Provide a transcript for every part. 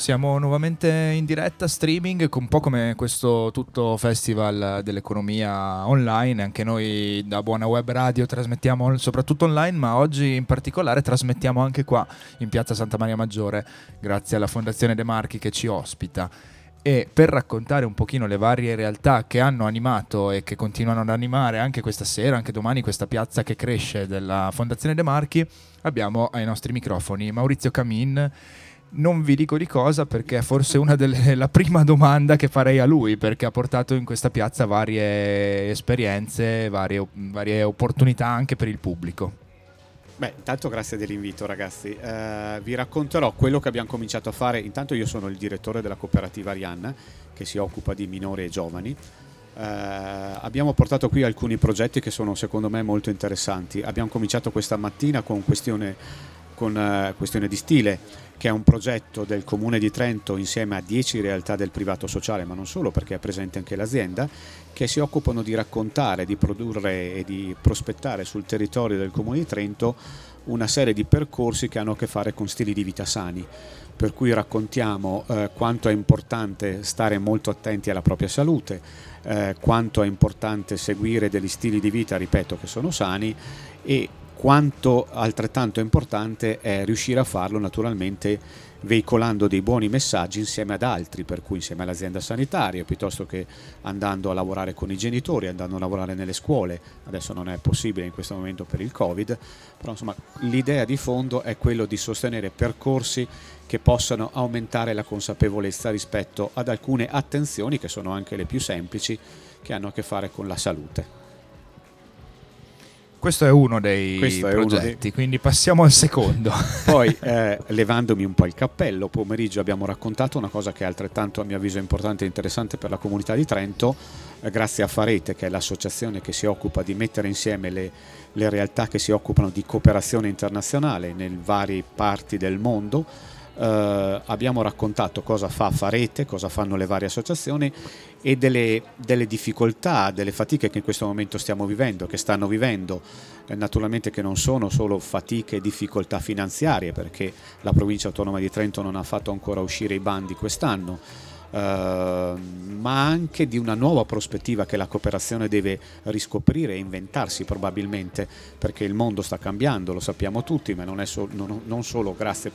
Siamo nuovamente in diretta streaming, un po' come questo tutto festival dell'economia online. Anche noi da Buona Web Radio trasmettiamo soprattutto online, ma oggi in particolare trasmettiamo anche qua in Piazza Santa Maria Maggiore, grazie alla Fondazione De Marchi che ci ospita. E per raccontare un pochino le varie realtà che hanno animato e che continuano ad animare anche questa sera, anche domani, questa piazza che cresce della Fondazione De Marchi, abbiamo ai nostri microfoni Maurizio Camin. Non vi dico di cosa, perché è forse la prima domanda che farei a lui, perché ha portato in questa piazza varie esperienze, varie opportunità anche per il pubblico. Beh, intanto grazie dell'invito, ragazzi. Vi racconterò quello che abbiamo cominciato a fare. Intanto io sono il direttore della cooperativa Arianna, che si occupa di minori e giovani. Abbiamo portato qui alcuni progetti che sono secondo me molto interessanti. Abbiamo cominciato questa mattina con Questione di Stile, che è un progetto del Comune di Trento insieme a 10 realtà del privato sociale, ma non solo, perché è presente anche l'azienda, che si occupano di raccontare, di produrre e di prospettare sul territorio del Comune di Trento una serie di percorsi che hanno a che fare con stili di vita sani, per cui raccontiamo quanto è importante stare molto attenti alla propria salute, quanto è importante seguire degli stili di vita, ripeto, che sono sani, e quanto altrettanto importante è riuscire a farlo naturalmente veicolando dei buoni messaggi insieme ad altri, per cui insieme all'azienda sanitaria, piuttosto che andando a lavorare con i genitori, andando a lavorare nelle scuole. Adesso non è possibile in questo momento per il Covid, però insomma l'idea di fondo è quello di sostenere percorsi che possano aumentare la consapevolezza rispetto ad alcune attenzioni che sono anche le più semplici, che hanno a che fare con la salute. Questo è uno dei progetti, quindi passiamo al secondo. Poi, levandomi un po' il cappello, pomeriggio abbiamo raccontato una cosa che è altrettanto, a mio avviso, importante e interessante per la comunità di Trento, grazie a Farete, che è l'associazione che si occupa di mettere insieme le realtà che si occupano di cooperazione internazionale nelle varie parti del mondo. Abbiamo raccontato cosa fa Farete, cosa fanno le varie associazioni e delle difficoltà, delle fatiche che in questo momento stiamo vivendo, che stanno vivendo, naturalmente, che non sono solo fatiche e difficoltà finanziarie, perché la provincia autonoma di Trento non ha fatto ancora uscire i bandi quest'anno, ma anche di una nuova prospettiva che la cooperazione deve riscoprire e inventarsi, probabilmente, perché il mondo sta cambiando, lo sappiamo tutti, ma non solo grazie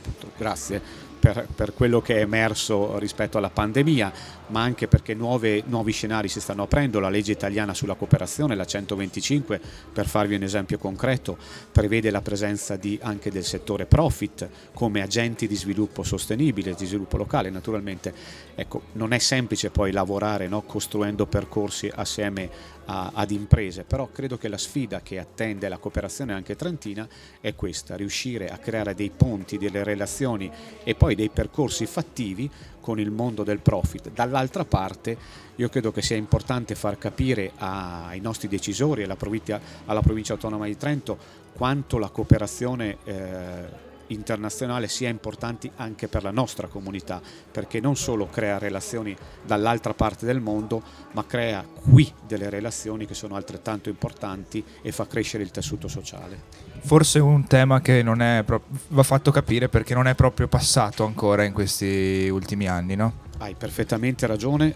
per quello che è emerso rispetto alla pandemia, ma anche perché nuovi scenari si stanno aprendo. La legge italiana sulla cooperazione, la 125, per farvi un esempio concreto, prevede la presenza anche del settore profit come agenti di sviluppo sostenibile, di sviluppo locale, naturalmente. Ecco, non è semplice poi lavorare, no, costruendo percorsi assieme ad imprese, però credo che la sfida che attende la cooperazione anche trentina è questa: riuscire a creare dei ponti, delle relazioni e poi dei percorsi fattivi con il mondo del profit. Dall'altra parte io credo che sia importante far capire ai nostri decisori, alla provincia autonoma di Trento, quanto la cooperazione internazionale sia importante anche per la nostra comunità, perché non solo crea relazioni dall'altra parte del mondo, ma crea qui delle relazioni che sono altrettanto importanti e fa crescere il tessuto sociale. Forse un tema che non è va fatto capire, perché non è proprio passato ancora in questi ultimi anni, no? Hai perfettamente ragione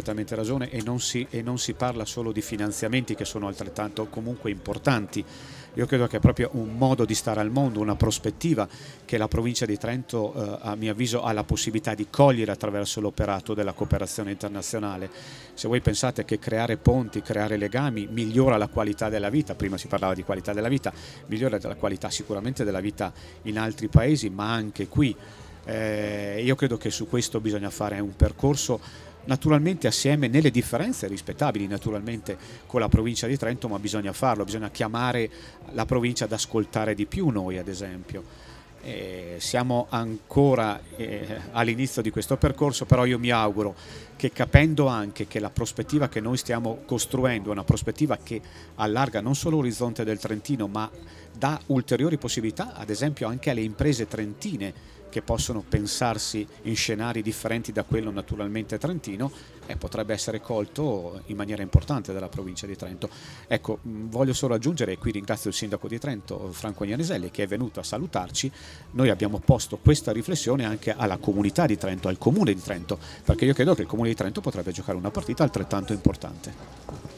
e non si parla solo di finanziamenti, che sono altrettanto comunque importanti. Io credo che è proprio un modo di stare al mondo, una prospettiva che la provincia di Trento, a mio avviso, ha la possibilità di cogliere attraverso l'operato della cooperazione internazionale. Se voi pensate che creare ponti, creare legami migliora la qualità della vita, prima si parlava di qualità della vita, migliora la qualità sicuramente della vita in altri paesi, ma anche qui. Io credo che su questo bisogna fare un percorso, naturalmente assieme, nelle differenze rispettabili naturalmente con la provincia di Trento, ma bisogna farlo, bisogna chiamare la provincia ad ascoltare di più noi, ad esempio. Siamo ancora all'inizio di questo percorso, però io mi auguro che, capendo anche che la prospettiva che noi stiamo costruendo è una prospettiva che allarga non solo l'orizzonte del Trentino, ma dà ulteriori possibilità, ad esempio, anche alle imprese trentine che possono pensarsi in scenari differenti da quello naturalmente trentino, potrebbe essere colto in maniera importante dalla provincia di Trento. Ecco, voglio solo aggiungere, e qui ringrazio il sindaco di Trento, Franco Agnaniselli, che è venuto a salutarci. Noi abbiamo posto questa riflessione anche alla comunità di Trento, al comune di Trento, perché io credo che il comune di Trento potrebbe giocare una partita altrettanto importante.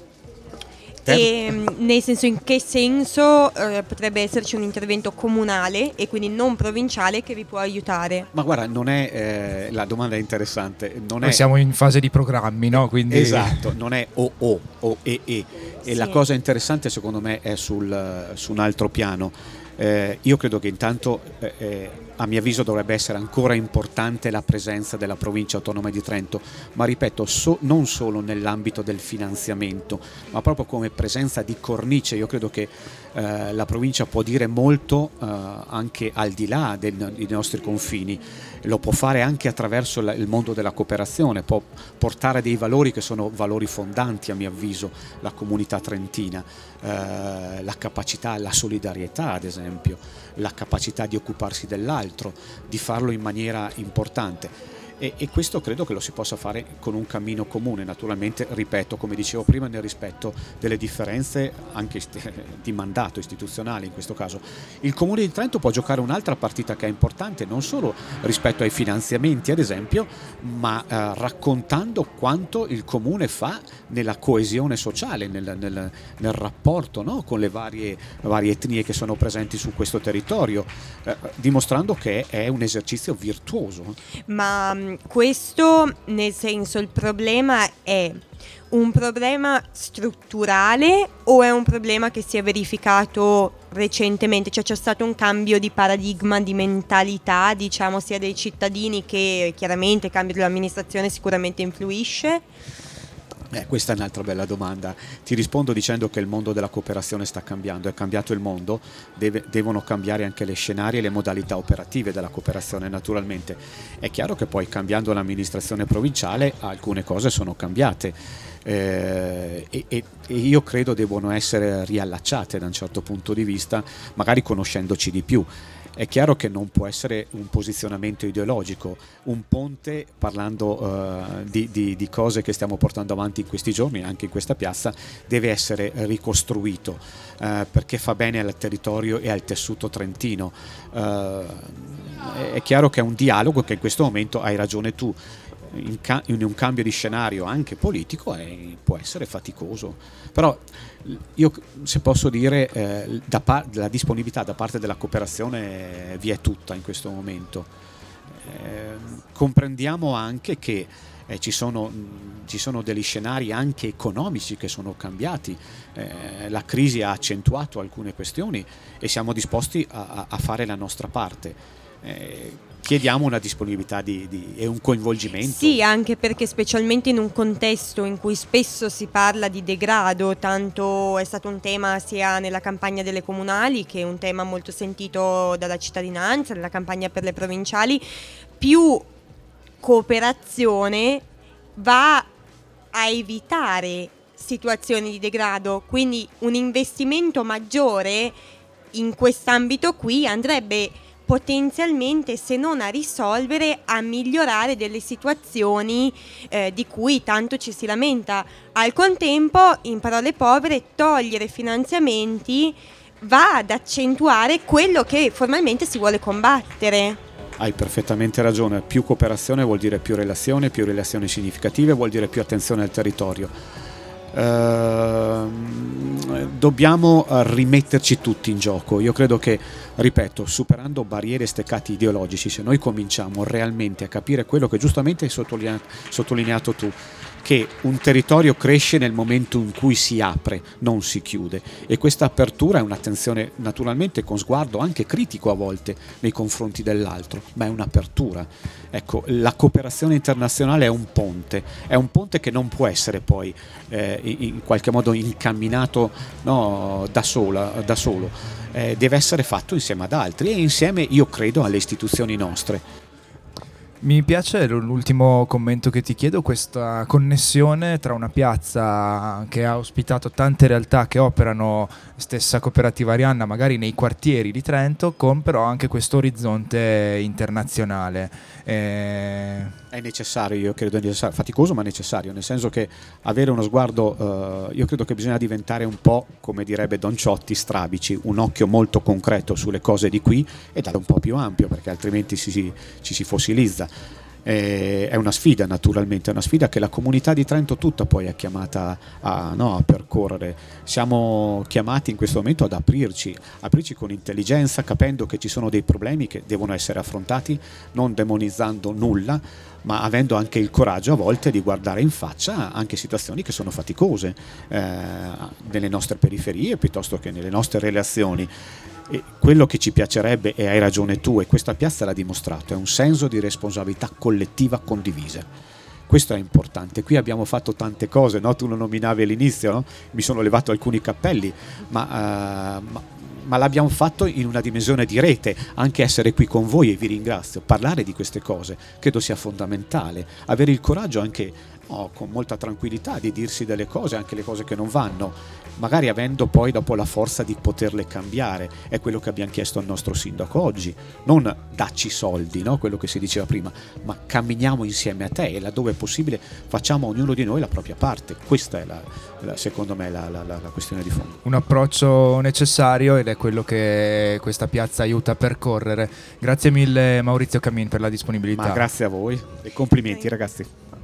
E nel senso, in che senso potrebbe esserci un intervento comunale e quindi non provinciale che vi può aiutare? Ma guarda, non è la domanda è interessante. Noi siamo in fase di programmi, no? Quindi... Esatto, non è o e. E sì. La cosa interessante secondo me è su un altro piano. Io credo che intanto a mio avviso dovrebbe essere ancora importante la presenza della provincia autonoma di Trento, ma ripeto, non solo nell'ambito del finanziamento, ma proprio come presenza di cornice. Io credo che la provincia può dire molto anche al di là dei nostri confini, lo può fare anche attraverso il mondo della cooperazione, può portare dei valori che sono valori fondanti a mio avviso, la comunità trentina, la capacità, la solidarietà ad esempio, la capacità di occuparsi dell'altro, di farlo in maniera importante. E questo credo che lo si possa fare con un cammino comune, naturalmente, ripeto, come dicevo prima, nel rispetto delle differenze anche di mandato istituzionale in questo caso. Il Comune di Trento può giocare un'altra partita che è importante, non solo rispetto ai finanziamenti ad esempio, ma raccontando quanto il Comune fa nella coesione sociale, nel rapporto, no? Con le varie etnie che sono presenti su questo territorio, dimostrando che è un esercizio virtuoso. Ma questo, nel senso, il problema è un problema strutturale o è un problema che si è verificato recentemente? Cioè c'è stato un cambio di paradigma, di mentalità, diciamo, sia dei cittadini che chiaramente il cambio dell'amministrazione sicuramente influisce? Questa è un'altra bella domanda. Ti rispondo dicendo che il mondo della cooperazione sta cambiando, è cambiato il mondo, devono cambiare anche le scenari e le modalità operative della cooperazione naturalmente. È chiaro che poi cambiando l'amministrazione provinciale alcune cose sono cambiate e io credo devono essere riallacciate da un certo punto di vista, magari conoscendoci di più. È chiaro che non può essere un posizionamento ideologico, un ponte, parlando di cose che stiamo portando avanti in questi giorni, anche in questa piazza, deve essere ricostruito perché fa bene al territorio e al tessuto trentino. È chiaro che è un dialogo che in questo momento, hai ragione tu, in un cambio di scenario anche politico può essere faticoso, però io, se posso dire, la disponibilità da parte della cooperazione vi è tutta in questo momento. Comprendiamo anche che ci sono degli scenari anche economici che sono cambiati, la crisi ha accentuato alcune questioni e siamo disposti a fare la nostra parte. Chiediamo una disponibilità e un coinvolgimento. Sì, anche perché specialmente in un contesto in cui spesso si parla di degrado, tanto è stato un tema sia nella campagna delle comunali che un tema molto sentito dalla cittadinanza, nella campagna per le provinciali, più cooperazione va a evitare situazioni di degrado, quindi un investimento maggiore in quest'ambito qui andrebbe potenzialmente, se non a risolvere, a migliorare delle situazioni di cui tanto ci si lamenta. Al contempo, in parole povere, togliere finanziamenti va ad accentuare quello che formalmente si vuole combattere. Hai perfettamente ragione, più cooperazione vuol dire più relazioni significative, vuol dire più attenzione al territorio. Dobbiamo rimetterci tutti in gioco. Io credo che, ripeto, superando barriere e steccati ideologici, se noi cominciamo realmente a capire quello che giustamente hai sottolineato tu, che un territorio cresce nel momento in cui si apre, non si chiude, e questa apertura è un'attenzione naturalmente con sguardo anche critico a volte nei confronti dell'altro, ma è un'apertura. Ecco, la cooperazione internazionale è un ponte che non può essere poi in qualche modo incamminato, no, da solo, deve essere fatto insieme ad altri e insieme, io credo, alle istituzioni nostre. Mi piace l'ultimo commento che ti chiedo, questa connessione tra una piazza che ha ospitato tante realtà che operano, stessa Cooperativa Arianna, magari nei quartieri di Trento, con però anche questo orizzonte internazionale. È necessario, io credo, è necessario, faticoso ma necessario, nel senso che avere uno sguardo, io credo che bisogna diventare un po', come direbbe Don Ciotti, strabici, un occhio molto concreto sulle cose di qui e dare un po' più ampio, perché altrimenti ci si fossilizza. È una sfida, naturalmente, è una sfida che la comunità di Trento tutta poi è chiamata a percorrere. Siamo chiamati in questo momento ad aprirci con intelligenza, capendo che ci sono dei problemi che devono essere affrontati, non demonizzando nulla, ma avendo anche il coraggio a volte di guardare in faccia anche situazioni che sono faticose nelle nostre periferie piuttosto che nelle nostre relazioni. E quello che ci piacerebbe, e hai ragione tu, e questa piazza l'ha dimostrato, è un senso di responsabilità collettiva condivisa. Questo è importante. Qui abbiamo fatto tante cose, no? Tu lo nominavi all'inizio, no? Mi sono levato alcuni cappelli, ma l'abbiamo fatto in una dimensione di rete. Anche essere qui con voi, e vi ringrazio, parlare di queste cose credo sia fondamentale, avere il coraggio anche con molta tranquillità di dirsi delle cose, anche le cose che non vanno, magari avendo poi dopo la forza di poterle cambiare. È quello che abbiamo chiesto al nostro sindaco oggi: non dacci soldi, no? Quello che si diceva prima, ma camminiamo insieme a te e laddove è possibile facciamo ognuno di noi la propria parte. Questa è secondo me la questione di fondo. Un approccio necessario, ed è quello che questa piazza aiuta a percorrere. Grazie mille Maurizio Cammin per la disponibilità. Ma grazie a voi e complimenti ragazzi.